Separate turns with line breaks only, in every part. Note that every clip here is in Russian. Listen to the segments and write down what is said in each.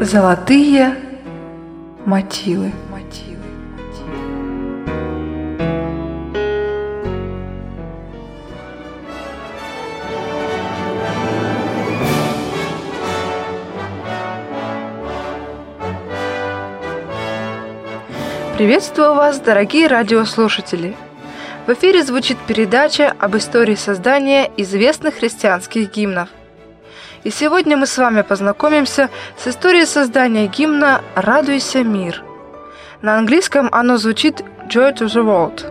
Золотые мотивы. Приветствую вас, дорогие радиослушатели! В эфире звучит передача об истории создания известных христианских гимнов. И сегодня мы с вами познакомимся с историей создания гимна «Радуйся, мир». На английском оно звучит «Joy to the World».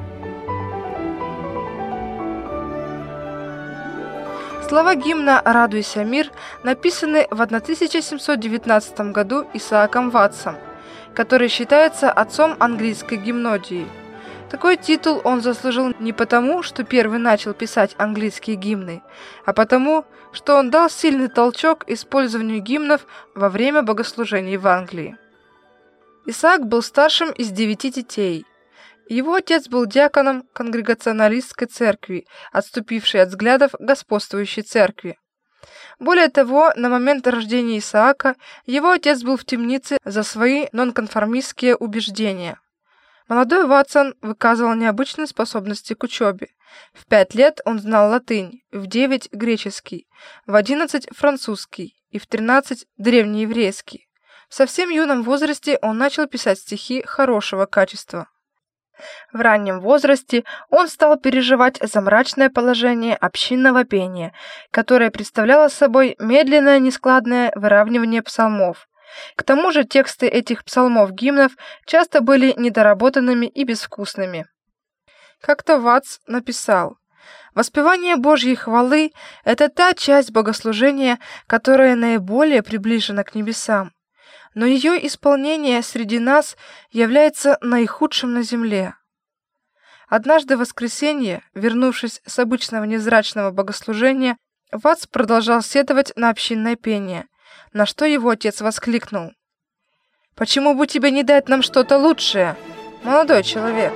Слова гимна «Радуйся, мир» написаны в 1719 году Исааком Ватсом, который считается отцом английской гимнодии. Такой титул он заслужил не потому, что первый начал писать английские гимны, а потому, что он дал сильный толчок использованию гимнов во время богослужений в Англии. Исаак был старшим из 9 детей. Его отец был диаконом конгрегационалистской церкви, отступившей от взглядов господствующей церкви. Более того, на момент рождения Исаака его отец был в темнице за свои нонконформистские убеждения. Молодой Ватсон выказывал необычные способности к учебе. В 5 лет он знал латынь, в 9 – греческий, в 11 – французский и в 13 – древнееврейский. В совсем юном возрасте он начал писать стихи хорошего качества. В раннем возрасте он стал переживать за мрачное положение общинного пения, которое представляло собой медленное нескладное выравнивание псалмов. К тому же тексты этих псалмов-гимнов часто были недоработанными и безвкусными. Как-то Ватс написал: «Воспевание Божьей хвалы – это та часть богослужения, которая наиболее приближена к небесам, но ее исполнение среди нас является наихудшим на земле». Однажды в воскресенье, вернувшись с обычного невзрачного богослужения, Ватс продолжал сетовать на общинное пение, на что его отец воскликнул: «Почему бы тебе не дать нам что-то лучшее, молодой человек?»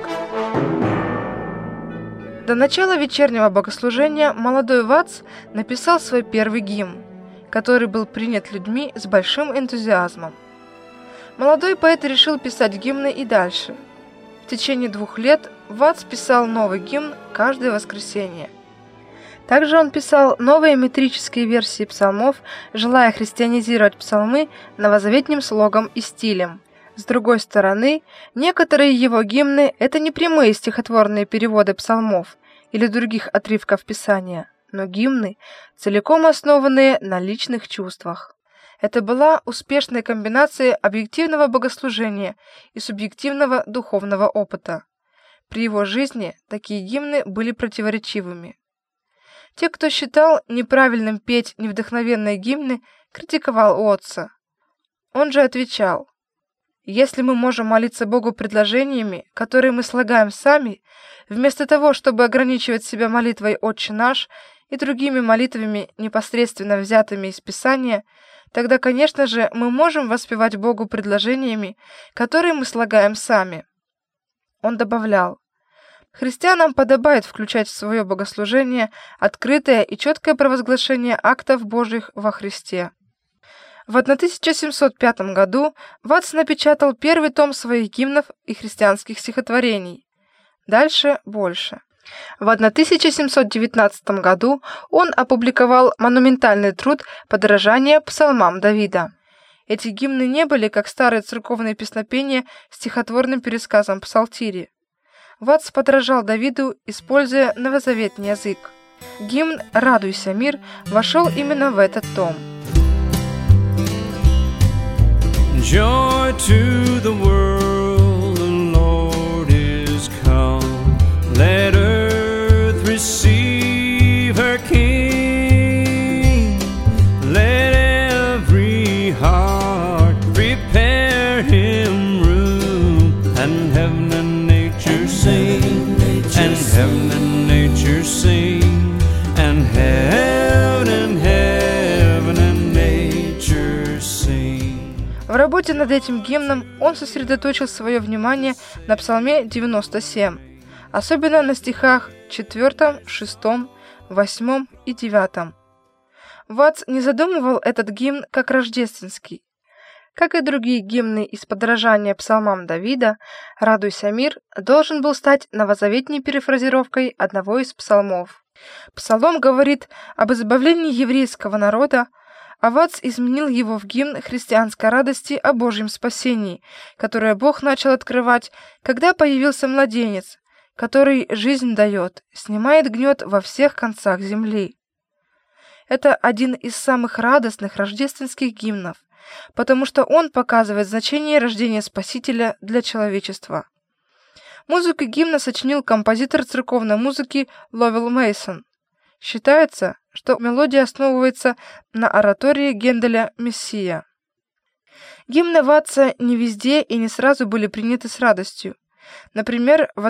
До начала вечернего богослужения молодой Ватс написал свой первый гимн, который был принят людьми с большим энтузиазмом. Молодой поэт решил писать гимны и дальше. В течение 2 лет Ватс писал новый гимн каждое воскресенье. Также он писал новые метрические версии псалмов, желая христианизировать псалмы новозаветним слогом и стилем. С другой стороны, некоторые его гимны – это не прямые стихотворные переводы псалмов или других отрывков Писания, но гимны, целиком основанные на личных чувствах. Это была успешная комбинация объективного богослужения и субъективного духовного опыта. При его жизни такие гимны были противоречивыми. Те, кто считал неправильным петь невдохновенные гимны, критиковал Уотса. Он же отвечал: «Если мы можем молиться Богу предложениями, которые мы слагаем сами, вместо того, чтобы ограничивать себя молитвой «Отче наш» и другими молитвами, непосредственно взятыми из Писания, тогда, конечно же, мы можем воспевать Богу предложениями, которые мы слагаем сами». Он добавлял: «Христианам подобает включать в свое богослужение открытое и четкое провозглашение актов Божьих во Христе». В 1705 году Ватс напечатал первый том своих гимнов и христианских стихотворений. Дальше больше. В 1719 году он опубликовал монументальный труд «Подражание псалмам Давида». Эти гимны не были, как старые церковные песнопения, стихотворным пересказом псалтири. Ватс подражал Давиду, используя новозаветный язык. Гимн «Радуйся, мир» вошел именно в этот том.
Joy to the world, the Lord is come. Let earth receive her King. Let every heart prepare him room, and heaven and nature sing, and heaven and nature sing, and heaven and nature sing.
В работе над этим гимном он сосредоточил свое внимание на псалме 97, особенно на стихах 4, 6, 8 и 9. Ватс не задумывал этот гимн как рождественский. Как и другие гимны из подражания псалмам Давида, «Радуйся, мир» должен был стать новозаветней перефразировкой одного из псалмов. Псалом говорит об избавлении еврейского народа, а Вац изменил его в гимн христианской радости о Божьем спасении, которое Бог начал открывать, когда появился младенец, который жизнь дает, снимает гнет во всех концах земли. Это один из самых радостных рождественских гимнов, потому что он показывает значение рождения Спасителя для человечества. Музыку гимна сочинил композитор церковной музыки Ловел Мейсон. Считается, что мелодия основывается на оратории Генделя «Мессия». Гимны Ватца не везде и не сразу были приняты с радостью. Например, в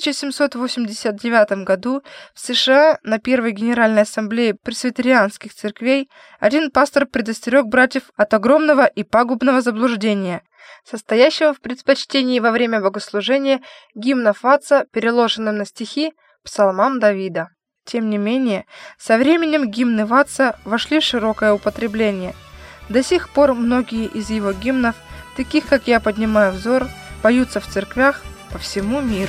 1789 году в США на Первой Генеральной Ассамблее пресвитерианских церквей один пастор предостерег братьев от огромного и пагубного заблуждения, состоящего в предпочтении во время богослужения гимнов Ватца, переложенным на стихи псалмам Давида. Тем не менее, со временем гимны Ватца вошли в широкое употребление. До сих пор многие из его гимнов, таких как «Я поднимаю взор», поются в церквях по всему миру.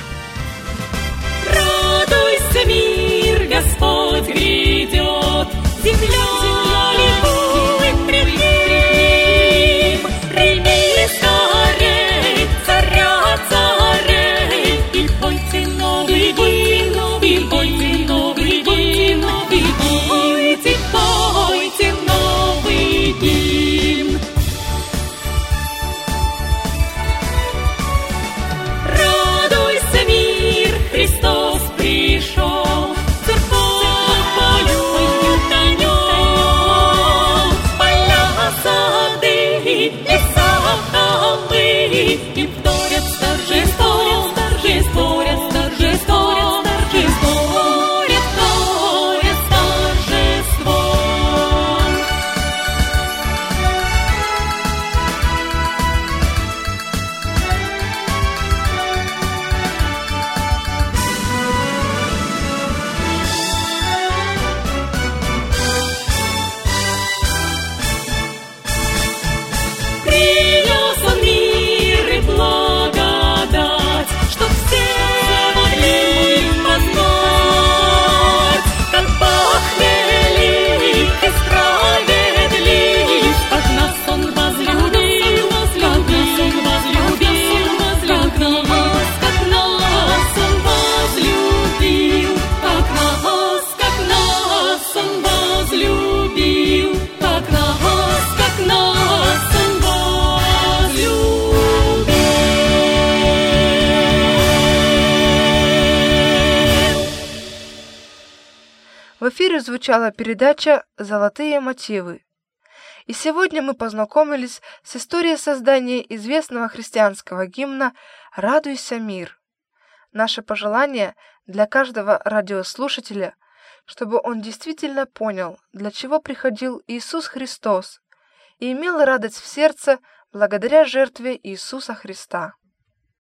Радуйся, мир, Господь грядет, земля ликует пред Ним. Прими скорей царя царей, и пойте новый гимн, и пойте новый гимн, и пойте новый гимн. Христос пришел, церковь поют о нем, поля, сады, леса, холмы, и вторят с торжеством, вторят с торжеством, вторят с торжеством.
В эфире звучала передача «Золотые мотивы». И сегодня мы познакомились с историей создания известного христианского гимна «Радуйся, мир». Наше пожелание для каждого радиослушателя, чтобы он действительно понял, для чего приходил Иисус Христос, и имел радость в сердце благодаря жертве Иисуса Христа.